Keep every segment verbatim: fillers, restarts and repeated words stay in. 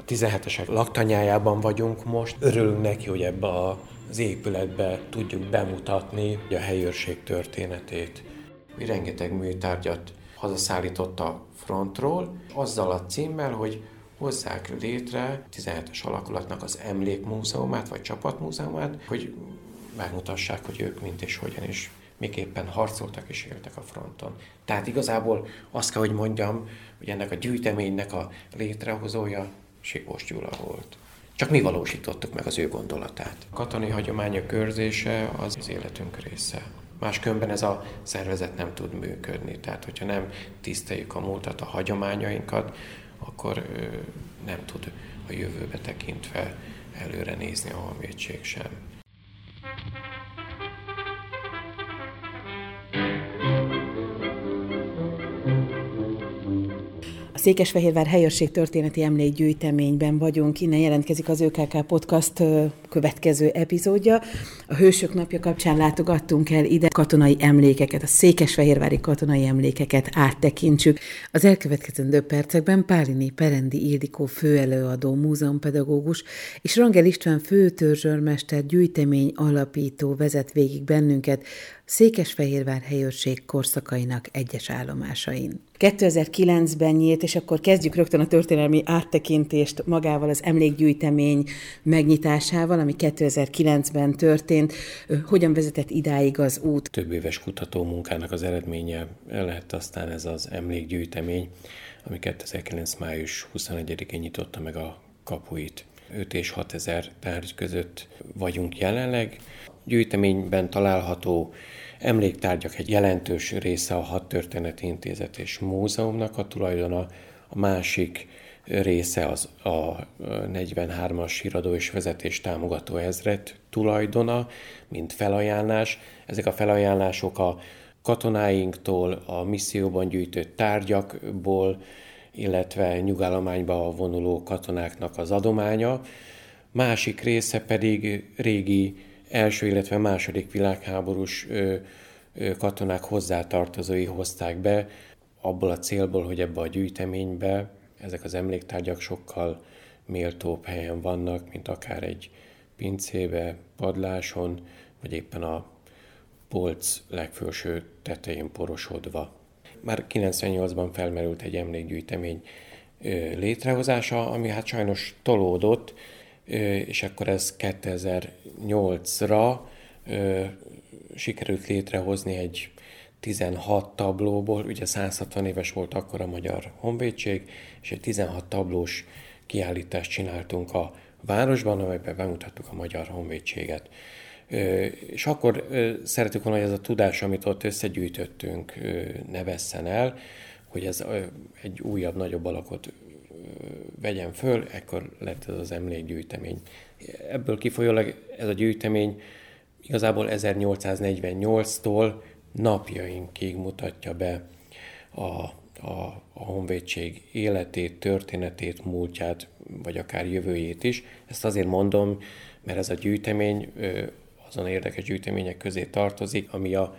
tizenhetesek laktanyájában vagyunk most. Örülünk neki, hogy ebbe az épületbe tudjuk bemutatni a helyőrség történetét. Mi rengeteg műtárgyat hazaszállított a frontról, azzal a címmel, hogy hozzák létre tizenhetes alakulatnak az emlékmúzeumát, vagy csapatmúzeumát, hogy megmutassák, hogy ők mint és hogyan is miképpen harcoltak és éltek a fronton. Tehát igazából azt kell, hogy mondjam, hogy ennek a gyűjteménynek a létrehozója Sipos Gyula volt. Csak mi valósítottuk meg az ő gondolatát. A katonai hagyományok őrzése az az életünk része. Máskülönben ez a szervezet nem tud működni. Tehát, hogyha nem tiszteljük a múltat, a hagyományainkat, akkor ö, nem tud a jövőbe tekintve előre nézni a honvédség sem. A Székesfehérvár Helyőrség Történeti Emlékgyűjteményben vagyunk, innen jelentkezik az ÖKK Podcast következő epizódja. A Hősök Napja kapcsán látogattunk el ide katonai emlékeket, a székesfehérvári katonai emlékeket áttekintsük. Az elkövetkezendő percekben Pálini Perendi Ildikó főelőadó, múzeumpedagógus és Rangel István főtörzsőrmester gyűjtemény alapító vezet végig bennünket Székesfehérvár Helyőrség korszakainak egyes állomásain. kétezer-kilencben nyílt, és akkor kezdjük rögtön a történelmi áttekintést magával az emlékgyűjtemény megnyitásával, ami kétezer-kilencben történt. Hogyan vezetett idáig az út? Több éves kutatómunkának az eredménye lett aztán ez az emlékgyűjtemény, ami kétezer-kilenc. május huszonegyedikén nyitotta meg a kapuit. öt és hat ezer tárgy között vagyunk jelenleg. Gyűjteményben található emléktárgyak egy jelentős része a Hadtörténeti Intézet és Múzeumnak a tulajdona, a másik része az a negyvenhármas híradó és vezetés támogató ezred tulajdona, mint felajánlás. Ezek a felajánlások a katonáinktól, a misszióban gyűjtött tárgyakból, illetve nyugállományba vonuló katonáknak az adománya. Másik része pedig régi első, illetve második világháborús ö, ö, katonák hozzátartozói hozták be, abból a célból, hogy ebbe a gyűjteménybe ezek az emléktárgyak sokkal méltóbb helyen vannak, mint akár egy pincébe, padláson, vagy éppen a polc legfelső tetején porosodva. Már kilencvennyolcban felmerült egy emlékgyűjtemény ö, létrehozása, ami hát sajnos tolódott, és akkor ez kétezer-nyolcra ö, sikerült létrehozni egy tizenhat tablóból, ugye száz hatvan éves volt akkor a Magyar Honvédség, és egy tizenhat tablós kiállítást csináltunk a városban, amelyben bemutattuk a Magyar Honvédséget. Ö, és akkor ö, szeretük volna, hogy ez a tudás, amit ott összegyűjtöttünk, ö, ne vesszen el, hogy ez ö, egy újabb, nagyobb alakot vegyen föl, ekkor lett ez az emlékgyűjtemény. Ebből kifolyólag ez a gyűjtemény igazából ezernyolcszáznegyvennyolctól napjainkig mutatja be a, a, a honvédség életét, történetét, múltját, vagy akár jövőjét is. Ezt azért mondom, mert ez a gyűjtemény azon érdekes gyűjtemények közé tartozik, ami a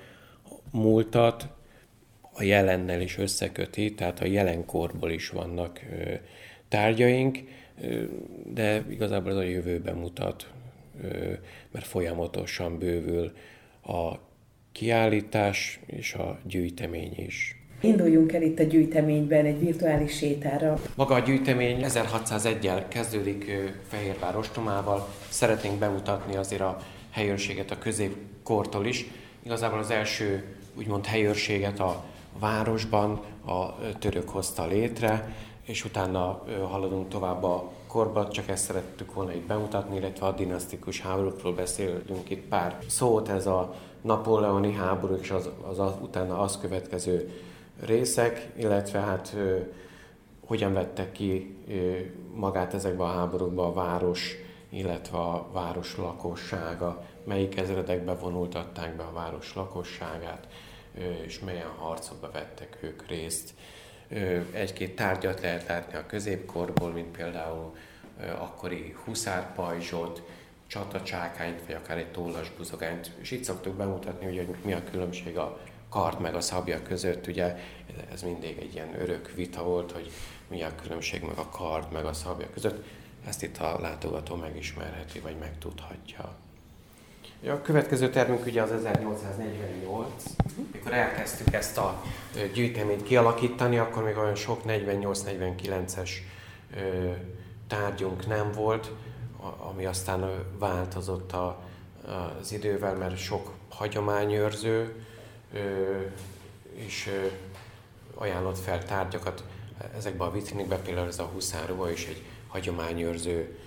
múltat a jelennel is összeköti, tehát a jelenkorból is vannak ö, tárgyaink, ö, de igazából ez a jövőben mutat, ö, mert folyamatosan bővül a kiállítás és a gyűjtemény is. Induljunk el itt a gyűjteményben egy virtuális sétára. Maga a gyűjtemény ezerhatszázegyel kezdődik Fehérvár ostromával. Szeretnénk bemutatni azért a helyőrséget a középkortól is. Igazából az első úgymond helyőrséget a városban a török hozta létre, és utána haladunk tovább a korba, csak ezt szerettük volna itt bemutatni, illetve a dinasztikus háborúkról beszélünk itt pár szót, ez a napóleoni háború és az, az, az utána az következő részek, illetve hát ö, hogyan vettek ki ö, magát ezekbe a háborúkba a város, illetve a város lakossága, melyik ezredekbe vonultatták be a város lakosságát, és melyen harcokba vettek ők részt. Egy-két tárgyat lehet látni a középkorból, mint például akkori huszárpajzsot, csatacsákányt, vagy akár egy tollas buzogányt. És itt szoktuk bemutatni, hogy mi a különbség a kard meg a szabja között, ugye ez mindig egy ilyen örök vita volt, hogy mi a különbség meg a kard meg a szabja között. Ezt itt a látogató megismerheti, vagy megtudhatja. A következő termünk ugye az ezernyolcszáznegyvennyolc, mikor elkezdtük ezt a gyűjteményt kialakítani, akkor még olyan sok negyvennyolc-negyvenkilences tárgyunk nem volt, ami aztán változott a, az idővel, mert sok hagyományőrző és ajánlott fel tárgyakat ezekbe a vitrinekbe, például ez a huszárruha is egy hagyományőrző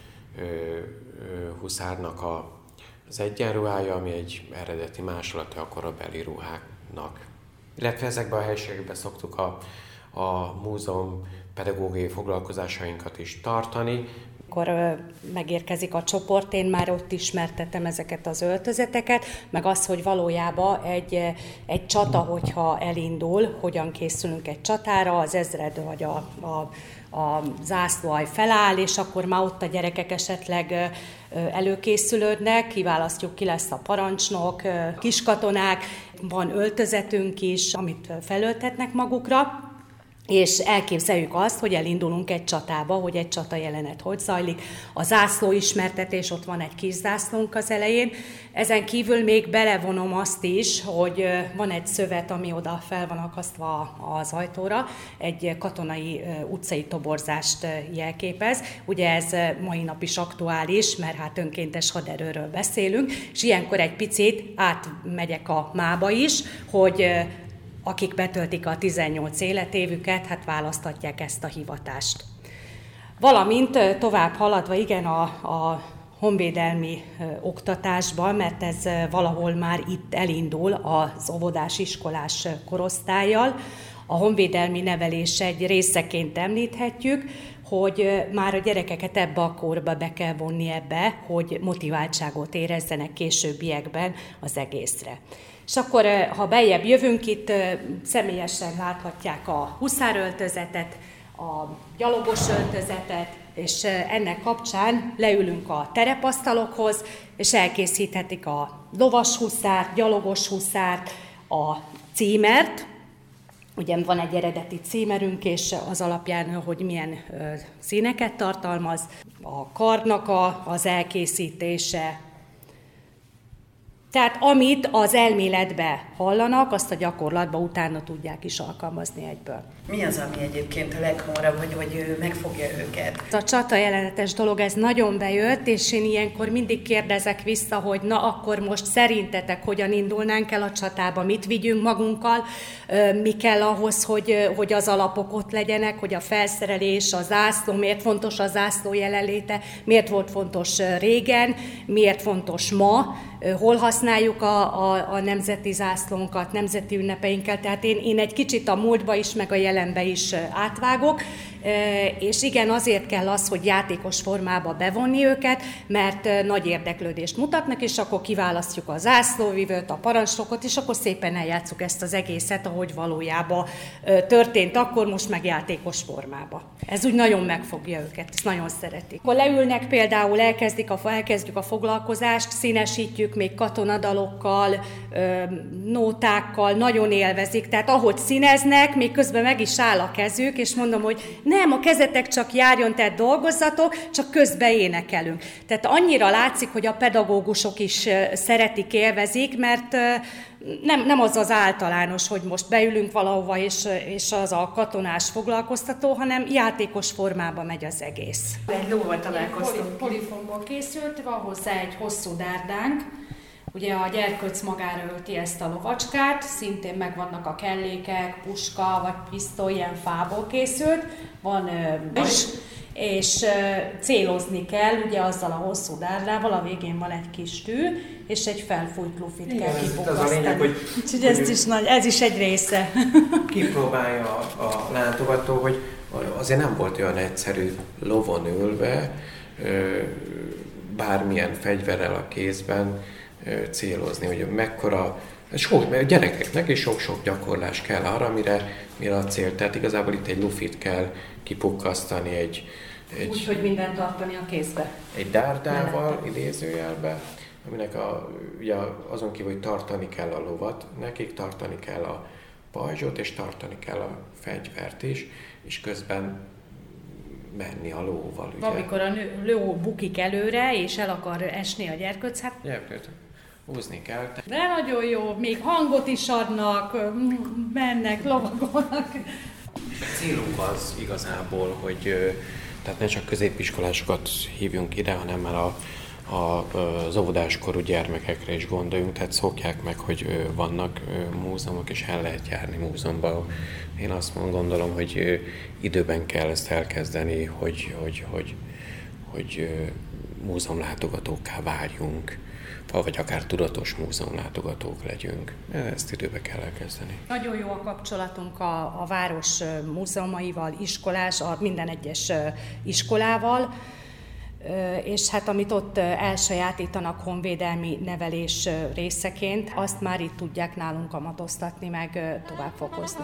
huszárnak a, az egyenruhája, ami egy eredeti másolata a korabeli ruháknak. Illetve ezekben a helységekben szoktuk a, a múzeum pedagógiai foglalkozásainkat is tartani. Amikor megérkezik a csoport, én már ott ismertetem ezeket az öltözeteket, meg az, hogy valójában egy, egy csata, hogyha elindul, hogyan készülünk egy csatára, az ezred vagy a, a, a zászlóalj feláll, és akkor már ott a gyerekek esetleg előkészülődnek, kiválasztjuk, ki lesz a parancsnok, kiskatonák, van öltözetünk is, amit felölthetnek magukra, és elképzeljük azt, hogy elindulunk egy csatába, hogy egy csata jelenet hogy zajlik. A zászló ismertetés, ott van egy kis zászlónk az elején. Ezen kívül még belevonom azt is, hogy van egy szövet, ami oda fel van akasztva az ajtóra, egy katonai utcai toborzást jelképez. Ugye ez mai nap is aktuális, mert hát önkéntes haderőről beszélünk, és ilyenkor egy picit átmegyek a mába is, hogy akik betöltik a tizennyolc életévüket, hát választhatják ezt a hivatást. Valamint tovább haladva, igen, a, a honvédelmi oktatásban, mert ez valahol már itt elindul az óvodás iskolás korosztállyal, a honvédelmi nevelés egy részeként említhetjük, hogy már a gyerekeket ebbe a korba be kell vonni ebbe, hogy motiváltságot érezzenek későbbiekben az egészre. És akkor, ha beljebb jövünk, itt személyesen láthatják a huszáröltözetet, a gyalogos öltözetet, és ennek kapcsán leülünk a terepasztalokhoz, és elkészíthetik a lovas huszárt, gyalogos huszárt, a címert. Ugye van egy eredeti címerünk, és az alapján, hogy milyen színeket tartalmaz, a kardnak a, az elkészítése. Tehát amit az elméletbe hallanak, azt a gyakorlatban utána tudják is alkalmazni egyből. Mi az, ami egyébként a leghamarabb, hogy, hogy megfogja őket? A csata jelenetes dolog, ez nagyon bejött, és én ilyenkor mindig kérdezek vissza, hogy na akkor most szerintetek hogyan indulnánk el a csatába, mit vigyünk magunkkal, mi kell ahhoz, hogy, hogy az alapok ott legyenek, hogy a felszerelés, a zászló, miért fontos a zászló jelenléte, miért volt fontos régen, miért fontos ma, hol használjuk a, a, a nemzeti zászlónkat, nemzeti ünnepeinket. Tehát én, én egy kicsit a múltba is, meg a jelenbe is átvágok, és igen, azért kell az, hogy játékos formába bevonni őket, mert nagy érdeklődést mutatnak, és akkor kiválasztjuk a zászlóvivőt, a parancsnokot, és akkor szépen eljátszuk ezt az egészet, ahogy valójában történt akkor, most meg játékos formába. Ez úgy nagyon megfogja őket, ezt nagyon szeretik. Akkor leülnek például, elkezdik a, elkezdjük a foglalkozást, színesítjük még katonadalokkal, nótákkal, nagyon élvezik, tehát ahogy színeznek, még közben meg is áll a kezük, és mondom, hogy nem, a kezetek csak járjon, tehát dolgozzatok, csak közben énekelünk. Tehát annyira látszik, hogy a pedagógusok is szeretik, élvezik, mert nem, nem az az általános, hogy most beülünk valahova, és, és az a katonás foglalkoztató, hanem játékos formában megy az egész. Egy lóval találkoztunk. Polifonból készült, van hozzá egy hosszú dárdánk. Ugye a gyerkőc magára ölti ezt a lovacskát, szintén megvannak a kellékek, puska vagy pisztoly, ilyen fából készült, van is, és célozni kell, ugye azzal a hosszú dárdával, a végén van egy kis tű, és egy felfújt lufit kell kipukasztani. Úgyhogy ez is, nagy, ez is egy része. Kipróbálja a, a látogató, hogy azért nem volt olyan egyszerű lovon ülve, bármilyen fegyverrel a kézben célozni, hogy mekkora, sok, mert a gyerekeknek is sok-sok gyakorlás kell arra, mire, mire a cél. Tehát igazából itt egy lufit kell kipukkasztani egy... egy úgy, hogy mindent tartani a kézbe. Egy dárdával, idézőjelbe, aminek a, ugye azon kívül, hogy tartani kell a lovat, nekik tartani kell a pajzsot, és tartani kell a fegyvert is, és közben menni a lóval. Ugye. Amikor a ló bukik előre, és el akar esni a gyerkőc, hát... Gyerkőc, húzni kell. De nagyon jó, még hangot is adnak, mennek, lovagolnak. A célunk az igazából, hogy tehát ne csak középiskolásokat hívjunk ide, hanem már a, a, az óvodáskorú gyermekekre is gondoljunk, tehát szokják meg, hogy vannak múzeumok, és el lehet járni múzeumban. Én azt gondolom, hogy időben kell ezt elkezdeni, hogy, hogy, hogy, hogy múzeumlátogatókká váljunk, vagy akár tudatos múzeumlátogatók legyünk. Ezt időbe kell elkezdeni. Nagyon jó a kapcsolatunk a, a város múzeumaival, iskolás, a minden egyes iskolával, és hát amit ott elsajátítanak honvédelmi nevelés részeként, azt már itt tudják nálunk kamatoztatni, meg tovább fokozni.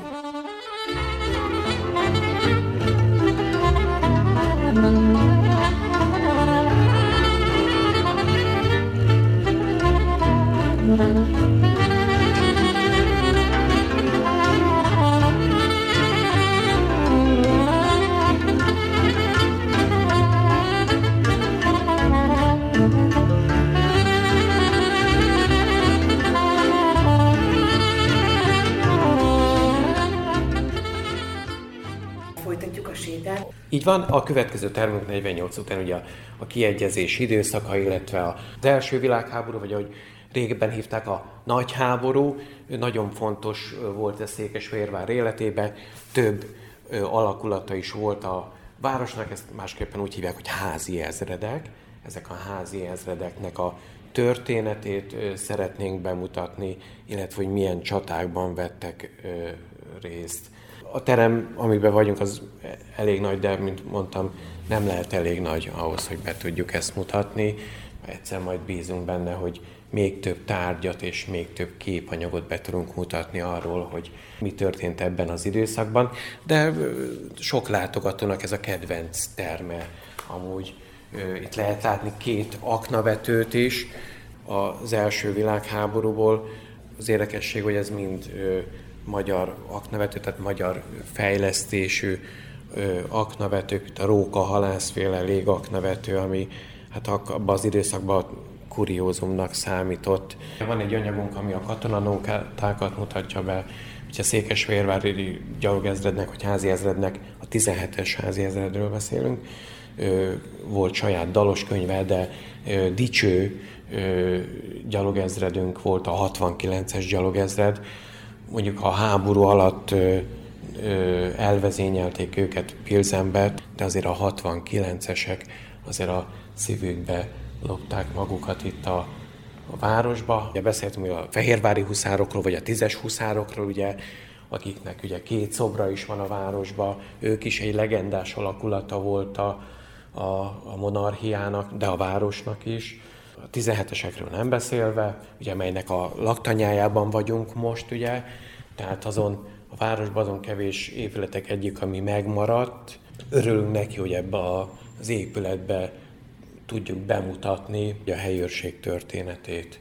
Folytatjuk a sétát. Így van, a következő termünk negyvennyolc után ugye a, a kiegyezés időszaka, illetve az első világháború, vagy ahogy régebben hívták, a nagy háború. Nagyon fontos volt ez Székesfehérvár életében, több alakulata is volt a városnak, ezt másképpen úgy hívják, hogy házi ezredek. Ezek a házi ezredeknek a történetét szeretnénk bemutatni, illetve hogy milyen csatákban vettek részt. A terem, amiben vagyunk, az elég nagy, de, mint mondtam, nem lehet elég nagy ahhoz, hogy be tudjuk ezt mutatni. Egyszer majd bízunk benne, hogy még több tárgyat és még több képanyagot be tudunk mutatni arról, hogy mi történt ebben az időszakban. De sok látogatónak ez a kedvenc terme. Amúgy itt lehet látni két aknavetőt is az első világháborúból. Az érdekesség, hogy ez mind magyar aknavető, tehát magyar fejlesztésű aknavetők, itt a róka halászféle légaknavető, ami hát abban az időszakban kuriózumnak számított. Van egy anyagunk, ami a katonanótákat mutatja be, ugye a Székesfehérvári gyalogezrednek, vagy házi ezrednek, a tizenhetes házi ezredről beszélünk. Volt saját dalos könyve, de dicső gyalogezredünk volt, a hatvankilences gyalogezred. Mondjuk a háború alatt ö, ö, elvezényelték őket Pilzenbe, de azért a hatvankilencesek azért a szívükbe lopták magukat itt a, a városba. Ugye beszéltünk a fehérvári huszárokról, vagy a tízes huszárokról, ugye, akiknek ugye két szobra is van a városba. Ők is egy legendás alakulata volt a, a, a monarchiának, de a városnak is. A tizenhetesekről nem beszélve, ugye, melynek a laktanyájában vagyunk most, ugye, tehát azon a városban azon kevés épületek egyik, ami megmaradt. Örülünk neki, hogy ebbe az épületbe tudjuk bemutatni a helyőrség történetét.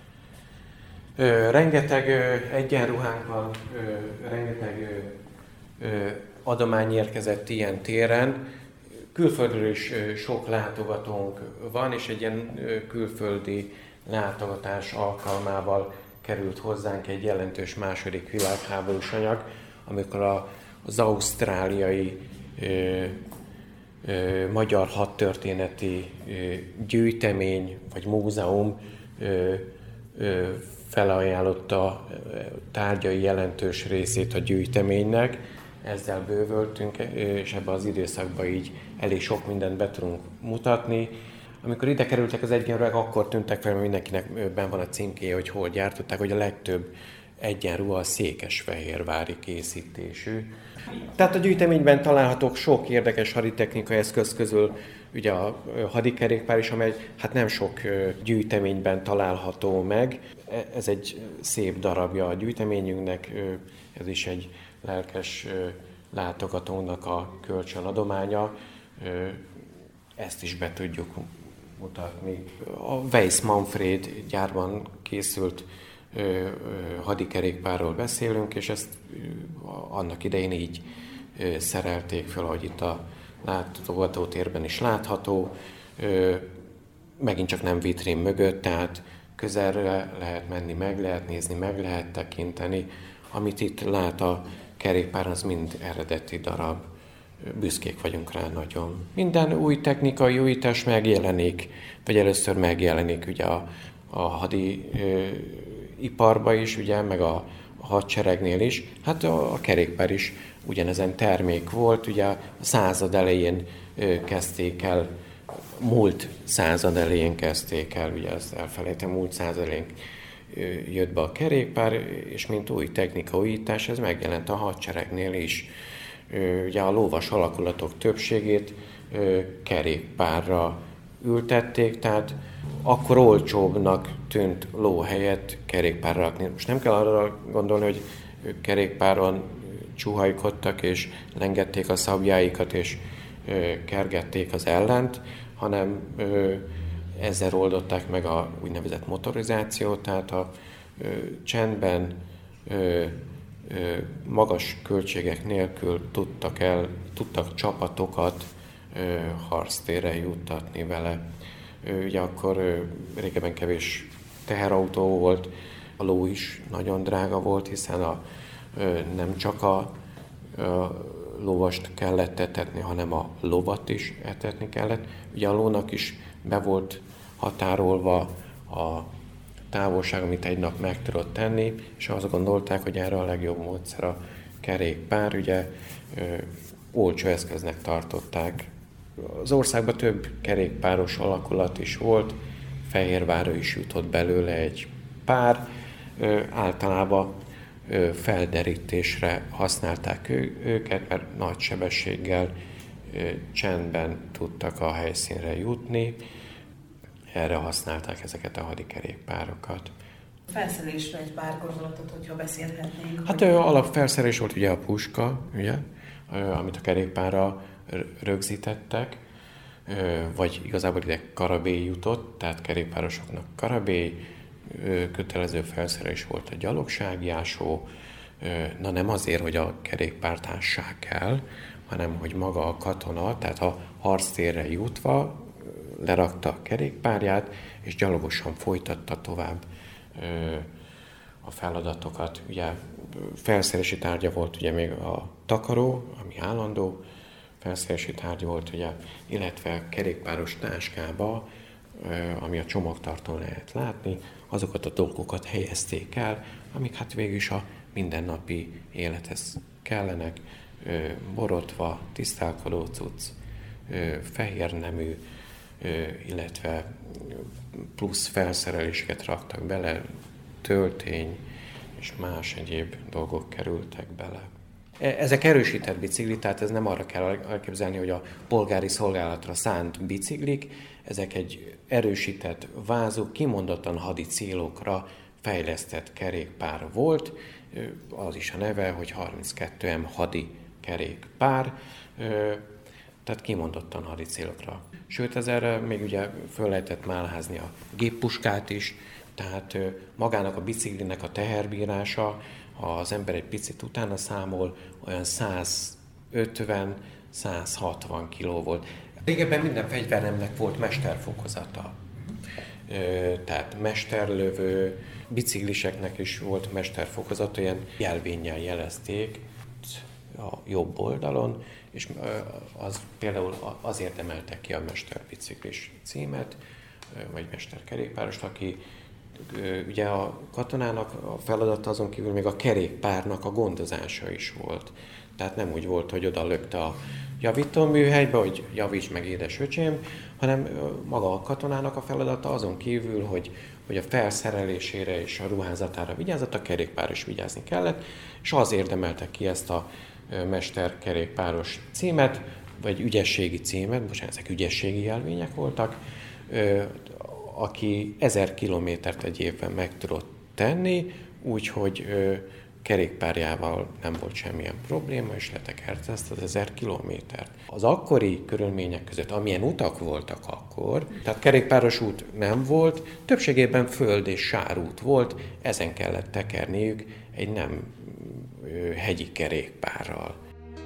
Ö, rengeteg ö, egyenruhánk van, ö, rengeteg ö, ö, adomány érkezett ilyen téren. Külföldről is sok látogatónk van, és egy ilyen külföldi látogatás alkalmával került hozzánk egy jelentős második világháborús anyag, amikor a, az ausztráliai ö, ö, magyar hadtörténeti ö, gyűjtemény vagy múzeum ö, ö, felajánlotta tárgyai jelentős részét a gyűjteménynek. Ezzel bővöltünk, és ebben az időszakban így elég sok mindent be tudunk mutatni. Amikor ide kerültek az egyenruhák, akkor tűntek fel, mert mindenkinek benn van a címkéje, hogy hol gyártották, hogy a legtöbb egyenruha a székesfehérvári készítésű. Tehát a gyűjteményben találhatók sok érdekes haditechnikai eszköz közül, ugye a hadikerékpár is, amely hát nem sok gyűjteményben található meg. Ez egy szép darabja a gyűjteményünknek, ez is egy lelkes látogatónak a kölcsönadománya. Ezt is be tudjuk mutatni. A Weiss Manfred gyárban készült ö, ö, hadikerékpárról beszélünk, és ezt ö, annak idején így ö, szerelték fel, ahogy itt a látogatótérben is látható. Ö, megint csak nem vitrén mögött, tehát közelre lehet menni, meg lehet nézni, meg lehet tekinteni. Amit itt lát a kerékpár, az mind eredeti darab. Büszkék vagyunk rá nagyon. Minden új technikai újítás megjelenik, vagy először megjelenik ugye a, a hadi ö, iparba is, ugye, meg a, a hadseregnél is. Hát a, a kerékpár is ugyanezen termék volt, ugye a század elején ö, kezdték el, múlt század elején kezdték el, ugye ezt elfelejtem, múlt század elején ö, jött be a kerékpár, és mint új technika újítás, ez megjelent a hadseregnél is. Ugye a lovas alakulatok többségét kerékpárra ültették, tehát akkor olcsóbbnak tűnt ló helyett kerékpárra rakni. Most nem kell arra gondolni, hogy ők kerékpáron csuhajkodtak és lengették a szabjáikat és kergették az ellent, hanem ezzel oldották meg a úgynevezett motorizációt, tehát a csendben magas költségek nélkül tudtak el, tudtak csapatokat harctérre juttatni vele. Ugye akkor régebben kevés teherautó volt, a ló is nagyon drága volt, hiszen a, nem csak a, a lovast kellett etetni, hanem a lovat is etetni kellett. Ugye a lónak is be volt határolva a távolság, amit egy nap meg tudott tenni, és azt gondolták, hogy erre a legjobb módszer a kerékpár, ugye ö, olcsó eszköznek tartották. Az országban több kerékpáros alakulat is volt, Fehérvárra is jutott belőle egy pár, ö, általában ö, felderítésre használták ő, őket, mert nagy sebességgel ö, csendben tudtak a helyszínre jutni. Erre használták ezeket a hadikerékpárokat. Felszerelésre egy pár gondolatot, hogyha beszélhetnénk. Hát hogy... alapfelszerelés volt ugye a puska, ugye, amit a kerékpárra rögzítettek, vagy igazából ide karabély jutott, tehát kerékpárosoknak karabély, kötelező felszerelés volt a gyalogságjásó, na nem azért, hogy a kerékpárt ássák kell, hanem hogy maga a katona, tehát a harctérre jutva, lerakta a kerékpárját, és gyalogosan folytatta tovább ö, a feladatokat. Ugye felszerelési tárgya volt ugye még a takaró, ami állandó felszerelési tárgya volt, ugye, illetve a kerékpáros táskába, ö, ami a csomagtartón lehet látni, azokat a dolgokat helyezték el, amik hát végül is a mindennapi élethez kellenek, ö, borotva, tisztálkodó cucc, ö, fehér nemű, illetve plusz felszereléseket raktak bele, töltény és más egyéb dolgok kerültek bele. Ezek erősített biciklik, tehát ez nem arra kell elképzelni, hogy a polgári szolgálatra szánt biciklik, ezek egy erősített vázú, kimondottan hadi célokra fejlesztett kerékpár volt, az is a neve, hogy harminckettő em hadi kerékpár, tehát kimondottan hadi célokra. Sőt, ezzel még ugye föl lehetett málházni a géppuskát is, tehát magának a biciklinek a teherbírása, ha az ember egy picit utána számol, olyan száz ötven-száz hatvan kiló volt. Régebben minden fegyvernemnek volt mesterfokozata. Tehát mesterlövő, bicikliseknek is volt mesterfokozata, ilyen jelvénnyel jelezték a jobb oldalon, és az például azért emeltek ki a mesterbiciklis címet, vagy mesterkerékpárost, aki ugye a katonának a feladata azon kívül még a kerékpárnak a gondozása is volt. Tehát nem úgy volt, hogy oda lökte a javítóműhelybe, hogy javíts meg édes öcsém, hanem maga a katonának a feladata azon kívül, hogy, hogy a felszerelésére és a ruházatára vigyázott, a kerékpár is vigyázni kellett, és azért emeltek ki ezt a mesterkerékpáros címet, vagy ügyességi címet, bocsánat, ezek ügyességi jelvények voltak, aki ezer kilométert egy évben meg tudott tenni, úgyhogy kerékpárjával nem volt semmilyen probléma, és letekerte ezt az ezer kilométert. Az akkori körülmények között, amilyen utak voltak akkor, tehát kerékpáros út nem volt, többségében föld és sárút volt, ezen kellett tekerniük egy nem hegyi kerékpárral.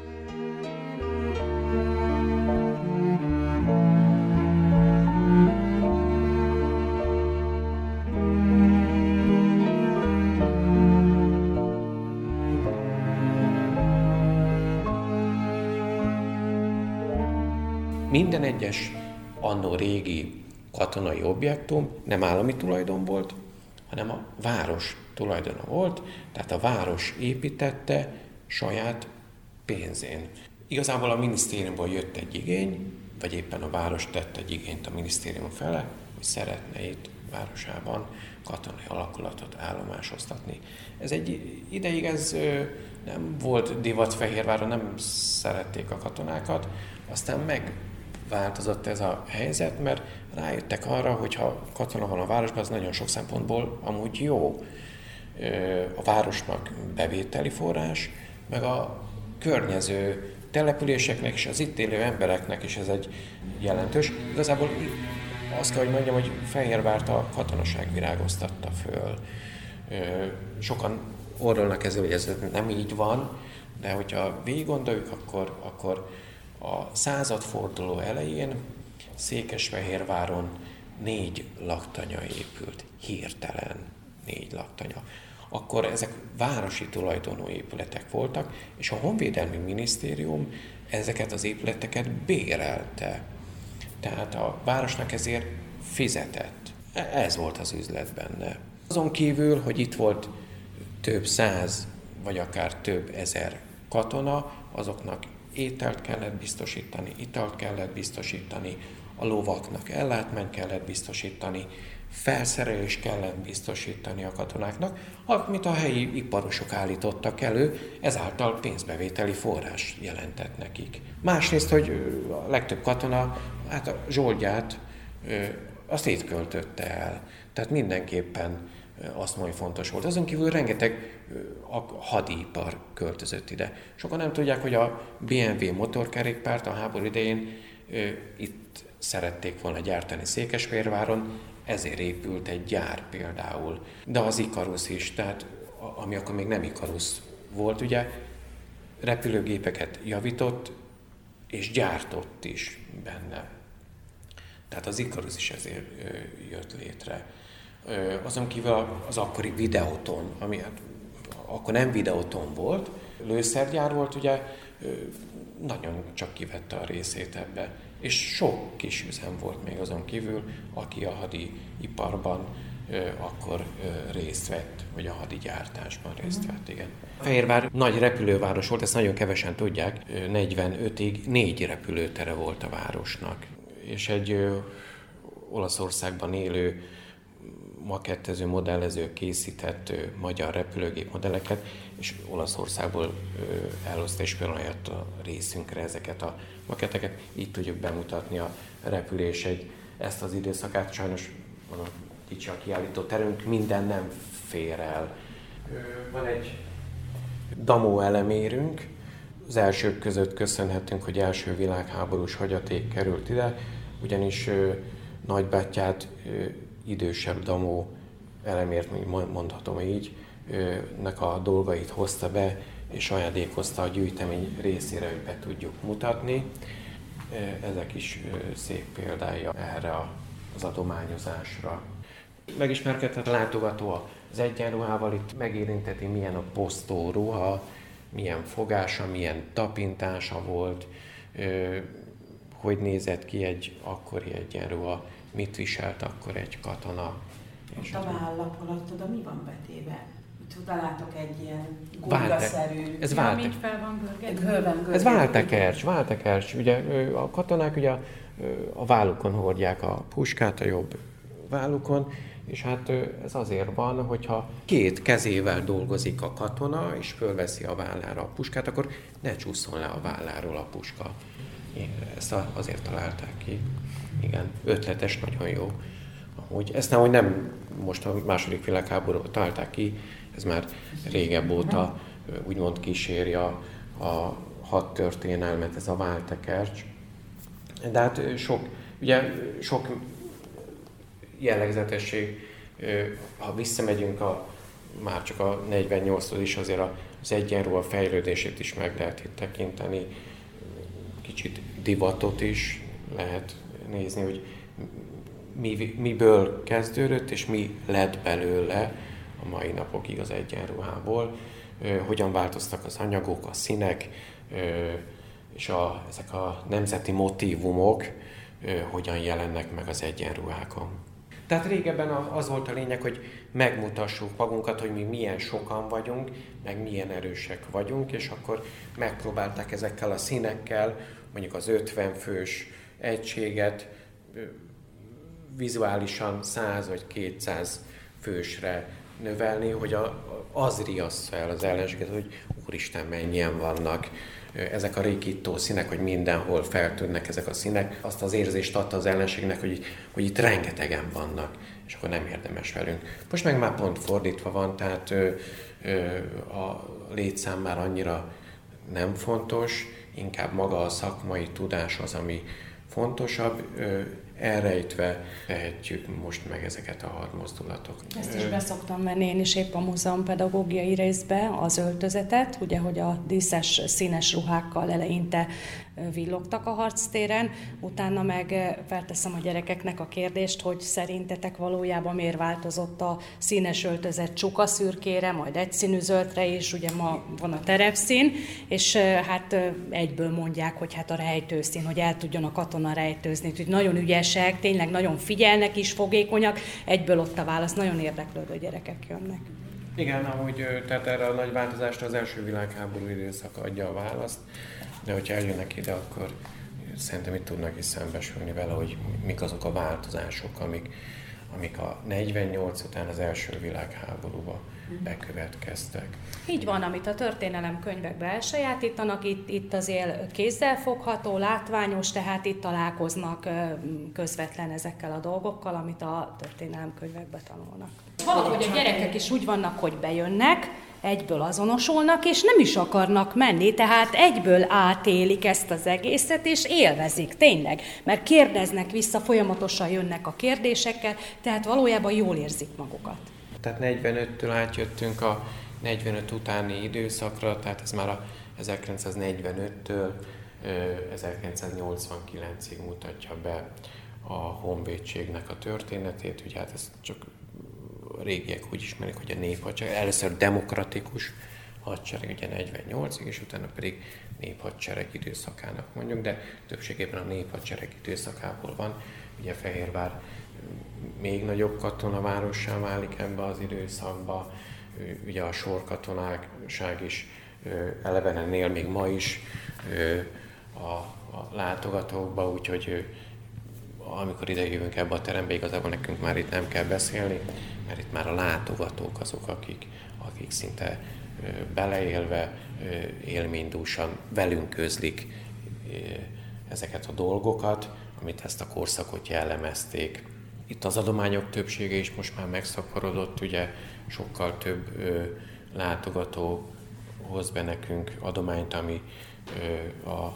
Minden egyes annó régi katonai objektum nem állami tulajdon volt, hanem a város tulajdona volt, tehát a város építette saját pénzén. Igazából a minisztériumból jött egy igény, vagy éppen a város tett egy igényt a minisztérium fele, hogy szeretne itt városában katonai alakulatot állomásoztatni. Ez egy ideig ez nem volt divat Fehérváron, nem szerették a katonákat, aztán megváltozott ez a helyzet, mert rájöttek arra, hogy ha katona van a városban, az nagyon sok szempontból amúgy jó. A városnak bevételi forrás, meg a környező településeknek és az itt élő embereknek is ez egy jelentős. Igazából azt kell, hogy mondjam, hogy Fehérvárt a katonaság virágoztatta föl. Sokan orrolnak ezzel, hogy ez nem így van, de hogyha végig gondoljuk, akkor, akkor a századforduló elején Székesfehérváron négy laktanya épült, hirtelen négy laktanya. Akkor ezek városi tulajdonú épületek voltak, és a Honvédelmi Minisztérium ezeket az épületeket bérelte. Tehát a városnak ezért fizetett. Ez volt az üzlet benne. Azon kívül, hogy itt volt több száz, vagy akár több ezer katona, azoknak ételt kellett biztosítani, italt kellett biztosítani, a lovaknak ellátmányt kellett biztosítani, felszerelést kellett biztosítani a katonáknak, amit a helyi iparosok állítottak elő, ezáltal pénzbevételi forrás jelentett nekik. Másrészt, hogy a legtöbb katona, hát a zsoldját, azt itt költötte el. Tehát mindenképpen azt mondja, hogy fontos volt. Azon kívül rengeteg hadipar költözött ide. Sokan nem tudják, hogy a bé em vé motorkerékpárt a háború idején itt szerették volna gyártani Székesfehérváron, ezért épült egy gyár például. De az Ikarus is, tehát ami akkor még nem Ikarus volt, ugye, repülőgépeket javított és gyártott is benne. Tehát az Ikarus is ezért jött létre. Azon kívül az akkori Videoton, ami hát akkor nem Videoton volt, lőszergyár volt, ugye, nagyon csak kivette a részét ebbe. És sok kis üzem volt még azon kívül, aki a hadiiparban akkor részt vett, vagy a hadigyártásban részt vett, igen. Fehérvár nagy repülőváros volt, ezt nagyon kevesen tudják, negyvenötig négy repülőtere volt a városnak. És egy ö, Olaszországban élő makettező, modellező készített ö, magyar repülőgép modelleket, és Olaszországból ö, elhozta és felajánlott a részünkre ezeket a maketteket. Így tudjuk bemutatni a repülés egy, ezt az időszakát. Sajnos van a kicsi a kiállító terünk, minden nem fér el. Ö, van egy damó elemérünk, az elsők között köszönhetünk, hogy első világháborús hagyaték került ide, ugyanis ö, nagybátyját ö, idősebb damó elemért, mondhatom így, ö, nek a dolgait hozta be, és ajándékozta a gyűjtemény részére, hogy be tudjuk mutatni. Ezek is ö, szép példája erre az adományozásra. Megismerkedhet a látogató az egyenruhával, itt megérinteti, milyen a posztó ruha, milyen fogása, milyen tapintása volt, ö, hogy nézett ki egy akkori egyenruha, mit viselt akkor egy katona. És a vállap alatt oda mi van betéve? Itt találtok egy ilyen gólyaszerű... Ez vált. Ja, fel van görgetve. Ez váltekercs, váltekercs. Ugye a katonák ugye a vállukon hordják a puskát, a jobb vállukon, és hát ez azért van, hogyha két kezével dolgozik a katona, és fölveszi a vállára a puskát, akkor ne csúszson le a válláról a puska. Ezt azért találták ki. Igen, ötletes, nagyon jó. Amúgy, ezt nem, hogy nem most a második világháborúban találták ki, ez már régebb óta úgymond kíséri a, a hadtörténelmet, ez a váltekercs. De hát sok, ugye sok jellegzetesség, ha visszamegyünk a, már csak a negyvennyolctól is, azért az egyenruha a fejlődését is meg lehet itt tekinteni, kicsit divatot is lehet nézni, hogy mi, miből kezdődött, és mi lett belőle a mai napokig az egyenruhából, hogyan változtak az anyagok, a színek, és a, ezek a nemzeti motívumok hogyan jelennek meg az egyenruhákon. Tehát régebben az volt a lényeg, hogy megmutassuk magunkat, hogy mi milyen sokan vagyunk, meg milyen erősek vagyunk, és akkor megpróbálták ezekkel a színekkel, mondjuk az ötven fős egységet vizuálisan száz vagy kétszáz fősre növelni, hogy a, az riassza el az ellenséget, hogy úristen, mennyien vannak ezek a rékító színek, hogy mindenhol feltűnnek ezek a színek. Azt az érzést adta az ellenségnek, hogy, hogy itt rengetegen vannak, és akkor nem érdemes velünk. Most meg már pont fordítva van, tehát ö, ö, a létszám már annyira nem fontos, inkább maga a szakmai tudás az, ami fontosabb, ö, elrejtve tehetjük most meg ezeket a hadmozdulatok. Ezt is beszoktam venni én is épp a múzeum pedagógiai részbe, az öltözetet, ugye, hogy a díszes, színes ruhákkal eleinte villogtak a harctéren, utána meg felteszem a gyerekeknek a kérdést, hogy szerintetek valójában miért változott a színes öltözet csukaszürkére, majd egyszínű zöldre is, ugye ma van a terepszín, és hát egyből mondják, hogy hát a rejtőszín, hogy el tudjon a katona rejtőzni, hogy nagyon ügyesek, tényleg nagyon figyelnek is, fogékonyak, egyből ott a válasz, nagyon érdeklődő gyerekek jönnek. Igen, amúgy tehát erre a nagy változást az első világháború időszak adja a választ, de hogyha eljönnek ide, akkor szerintem itt tudnak is szembesülni vele, hogy mik azok a változások, amik, amik a negyvennyolc után az első világháborúba bekövetkeztek. Így van, amit a történelemkönyvekbe elsajátítanak, itt, itt azért kézzelfogható, látványos, tehát itt találkoznak közvetlen ezekkel a dolgokkal, amit a történelemkönyvekbe tanulnak. Valahogy a gyerekek is úgy vannak, hogy bejönnek, egyből azonosulnak, és nem is akarnak menni, tehát egyből átélik ezt az egészet, és élvezik, tényleg, mert kérdeznek vissza, folyamatosan jönnek a kérdésekkel, tehát valójában jól érzik magukat. Tehát negyvenöttől átjöttünk a negyvenöt utáni időszakra, tehát ez már a ezerkilencszáznegyvenöttől ezerkilencszáznyolcvankilencig mutatja be a honvédségnek a történetét, ugye hát ez csak a régiek úgy ismerik, hogy a néphadsereg, először demokratikus hadsereg, ugye negyvennyolcig, és utána pedig néphadsereg időszakának mondjuk, de többségében a néphadsereg időszakából van. Ugye Fehérvár még nagyobb katonavárossá válik ebbe az időszakba, ugye a sorkatonáság is elevenen él még ma is a, a látogatókba, úgyhogy amikor ide jövünk ebbe a terembe, igazából nekünk már itt nem kell beszélni, mert itt már a látogatók azok, akik, akik szinte beleélve, élménydúsan velünk közlik ezeket a dolgokat, amit ezt a korszakot jellemezték. Itt az adományok többsége is most már megszaporodott, ugye sokkal több látogató hoz be nekünk adományt, ami a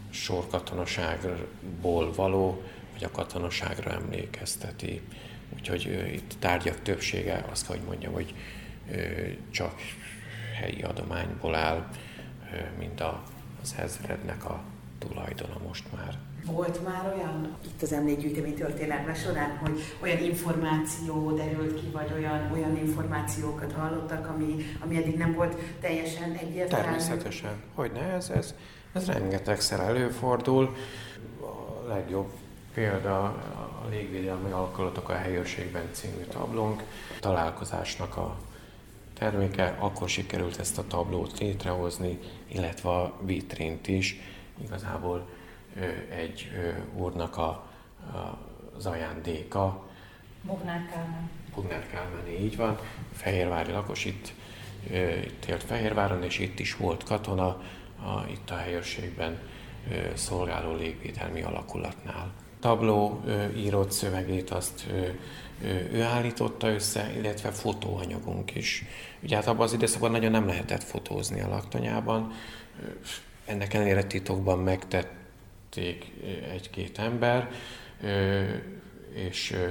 sorkatonaságból való, vagy a katonaságra emlékezteti. Úgyhogy uh, itt tárgyak többsége, azt kell, hogy mondjam, hogy uh, csak helyi adományból áll, uh, mint a, az ezrednek a tulajdona most már. Volt már olyan itt az emlékgyűjtemény történelme során, hogy olyan információ derült ki, vagy olyan, olyan információkat hallottak, ami, ami eddig nem volt teljesen egyértelmű? Természetesen. Hogyne, ez, ez, ez rengetegszer előfordul. A legjobb példa a Légvédelmi Alakulatok a helyőrségben című tablónk. Találkozásnak a terméke, akkor sikerült ezt a tablót létrehozni, illetve a vitrint is. Igazából egy úrnak a, a, az ajándéka. Bognár Kálmán. Bognár Kálmán, így van. Fehérvári lakos, itt, itt élt Fehérváron, és itt is volt katona, a, itt a helyőrségben szolgáló légvédelmi alakulatnál. tabló írott szövegét azt ő állította össze, illetve fotóanyagunk is. Ugye hát abban az időszakban nagyon nem lehetett fotózni a laktanyában. Ennek ellenére titokban megtették egy-két ember, és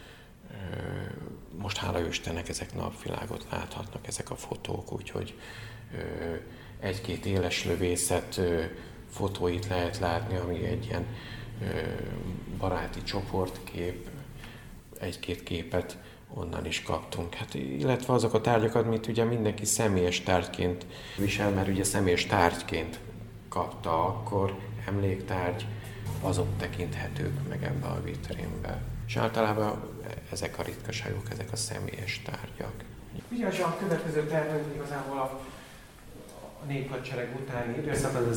most hála Istennek ezek napvilágot láthatnak, ezek a fotók, úgyhogy egy-két éles lövészet fotóit lehet látni, ami egy ilyen baráti csoportkép, egy-két képet onnan is kaptunk. Hát, illetve azok a tárgyakat, mint ugye mindenki személyes tárgyként visel, mert ugye személyes tárgyként kapta akkor, emléktárgy, azok tekinthetők meg ebbe a vitrínbe. És általában ezek a ritkaságok, ezek a személyes tárgyak. Ugye a következő tervünk igazából a, a néphadsereg utáni időszak, az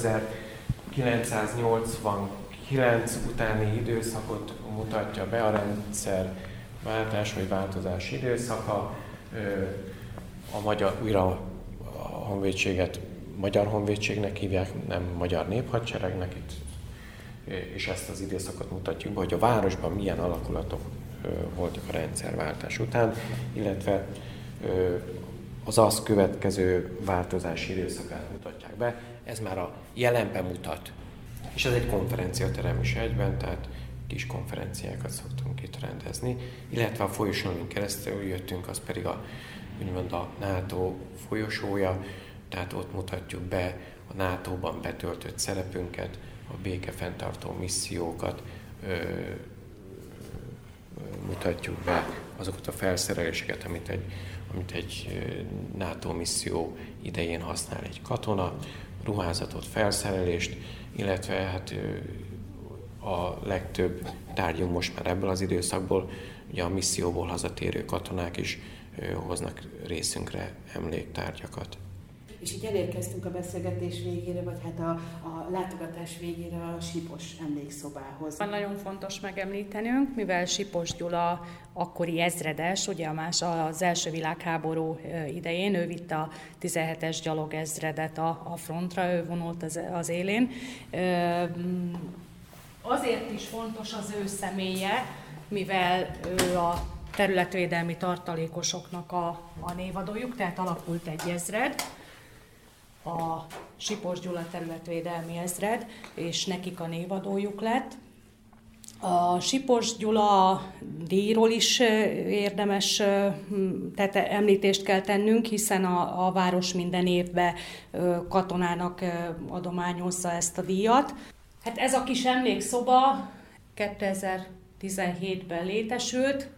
ezerkilencszáznyolcvankilenc utáni időszakot mutatja be, a rendszer váltás vagy változás időszaka. A magyar, újra a honvédséget Magyar Honvédségnek hívják, nem Magyar Néphadseregnek, itt, és ezt az időszakot mutatjuk be, hogy a városban milyen alakulatok voltak a rendszerváltás után, illetve az azt következő változási időszakát mutatják be. Ez már a jelenben mutat. És ez egy konferenciaterem is egyben, tehát kis konferenciákat szoktunk itt rendezni, illetve a folyosón, amin keresztül jöttünk, az pedig a, úgymond a NATO folyosója, tehát ott mutatjuk be a nátóban betöltött szerepünket, a békefenntartó missziókat, ö, ö, mutatjuk be azokat a felszereléseket, amit egy, amit egy NATO misszió idején használ egy katona, ruházatot, felszerelést, illetve hát a legtöbb tárgyunk most már ebből az időszakból, ugye a misszióból hazatérő katonák is hoznak részünkre emléktárgyakat. És így elérkeztünk a beszélgetés végére, vagy hát a, a látogatás végére a Sipos emlékszobához. Nagyon fontos megemlítenünk, mivel Sipos Gyula akkori ezredes, ugye a más, az első világháború idején, ő vitte a tizenhetes gyalogezredet a, a frontra, ő vonult az, az élén. Azért is fontos az ő személye, mivel ő a területvédelmi tartalékosoknak a, a névadójuk, tehát alakult egy ezred, a Sipos Gyula területvédelmi ezred, és nekik a névadójuk lett. A Sipos Gyula díjról is érdemes, tehát említést kell tennünk, hiszen a, a város minden évben katonának adományozza ezt a díjat. Hát ez a kis emlékszoba kétezer-tizenhétben létesült,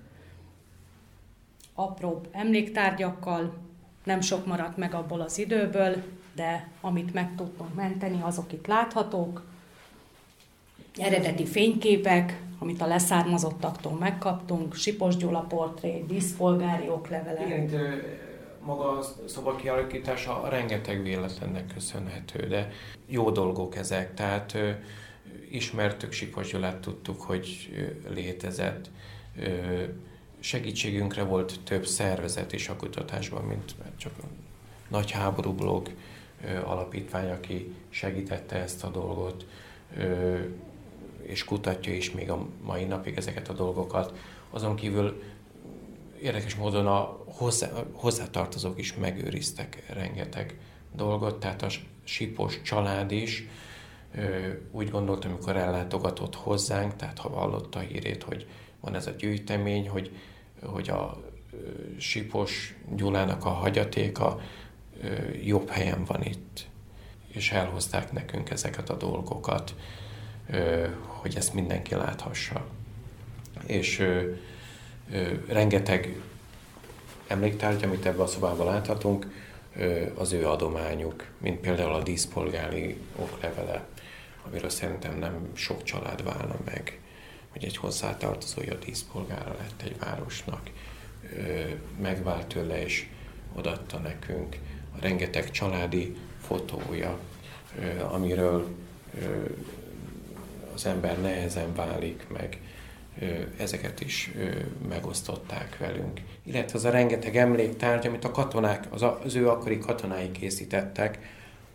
apróbb emléktárgyakkal, nem sok maradt meg abból az időből, de amit meg tudtunk menteni, azok itt láthatók. Eredeti fényképek, amit a leszármazottaktól megkaptunk, Sipos Gyula portré, díszpolgári oklevele. Igen, itt maga a szoba kialakítása rengeteg véletlennek köszönhető, de jó dolgok ezek, tehát ö, ismertük Sipos Gyulát, tudtuk, hogy ö, létezett. Ö, segítségünkre volt több szervezet is a kutatásban, mint csak a Nagy Háború Blog ö, alapítvány, aki segítette ezt a dolgot, ö, és kutatja is még a mai napig ezeket a dolgokat. Azon kívül érdekes módon a hozzá, hozzátartozók is megőriztek rengeteg dolgot, tehát a Sipos család is ö, úgy gondolt, amikor ellátogatott hozzánk, tehát ha hallotta a hírét, hogy van ez a gyűjtemény, hogy, hogy a ö, Sipos Gyulának a hagyatéka ö, jobb helyen van itt, és elhozták nekünk ezeket a dolgokat, ö, hogy ezt mindenki láthassa. És ö, ö, rengeteg emléktárgy, amit ebben a szobában láthatunk, ö, az ő adományuk, mint például a díszpolgári oklevele, amiről szerintem nem sok család válna meg, hogy egy hozzátartozója díszpolgára lett egy városnak, ö, megvált tőle és odaadta nekünk. A rengeteg családi fotója, ö, amiről ö, az ember nehezen válik meg, ezeket is megosztották velünk. Illetve az a rengeteg emléktárgy, amit a katonák, az, az ő akkori katonái készítettek,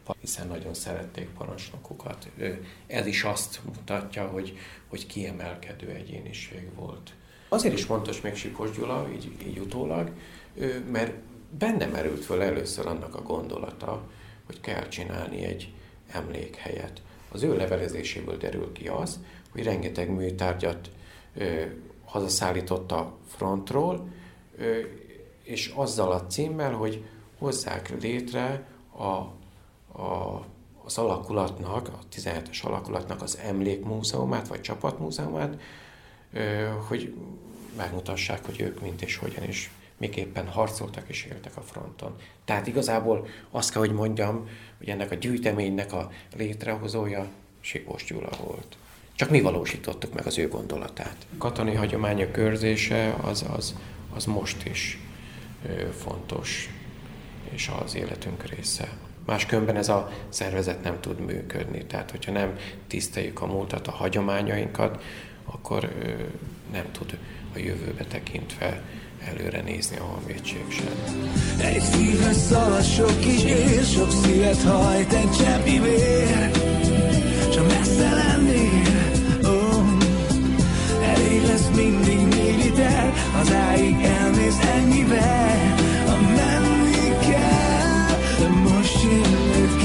hiszen nagyon szerették parancsnokukat. Ez is azt mutatja, hogy, hogy kiemelkedő egyéniség volt. Azért is fontos még Sipos Gyula, így, így utólag, mert benne merült föl először annak a gondolata, hogy kell csinálni egy emlékhelyet. Az ő levelezéséből derül ki az, hogy rengeteg műtárgyat ö, hazaszállított a frontról, ö, és azzal a címmel, hogy hozzák létre a, a, az alakulatnak, a tizenhetes alakulatnak az emlékmúzeumát, vagy csapatmúzeumát, ö, hogy megmutassák, hogy ők mint és hogyan is miképpen harcoltak és éltek a fronton. Tehát igazából azt kell, hogy mondjam, hogy ennek a gyűjteménynek a létrehozója Sipos Gyula volt. Csak mi valósítottuk meg az ő gondolatát. A katonai hagyományok őrzése az, az, az most is ö, fontos, és az életünk része. Máskülönben ez a szervezet nem tud működni. Tehát, hogyha nem tiszteljük a múltat, a hagyományainkat, akkor ö, nem tud a jövőbe tekintve előre nézni a honvédség sem. Egy szívhez szalad sok kis ér, sok szívet hajt egy cseppnyi vér, s ha messze lennél, oh, elég lesz mindig négy liter, hazáig elmész ennyivel, ha menni kell, de most jönnöd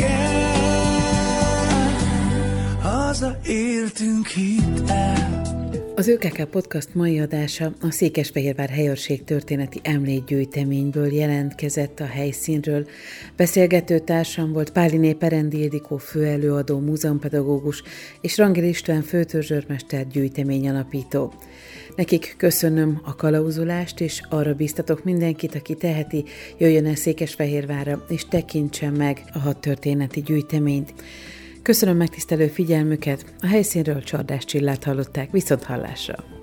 kell, hazaértünk, hidd el. Az ÖKK Podcast mai adása a Székesfehérvár helyőrség történeti emlékgyűjteményből jelentkezett a helyszínről. Beszélgető társam volt Páliné Perendi Ildikó főelőadó, múzeumpedagógus és Rangel István főtörzsőrmester gyűjteményalapító. Nekik köszönöm a kalauzolást, és arra bíztatok mindenkit, aki teheti, jöjjön el Székesfehérvárra, és tekintsen meg a hadtörténeti gyűjteményt. Köszönöm megtisztelő figyelmüket, a helyszínről Csordás Csillát hallották, viszont hallásra!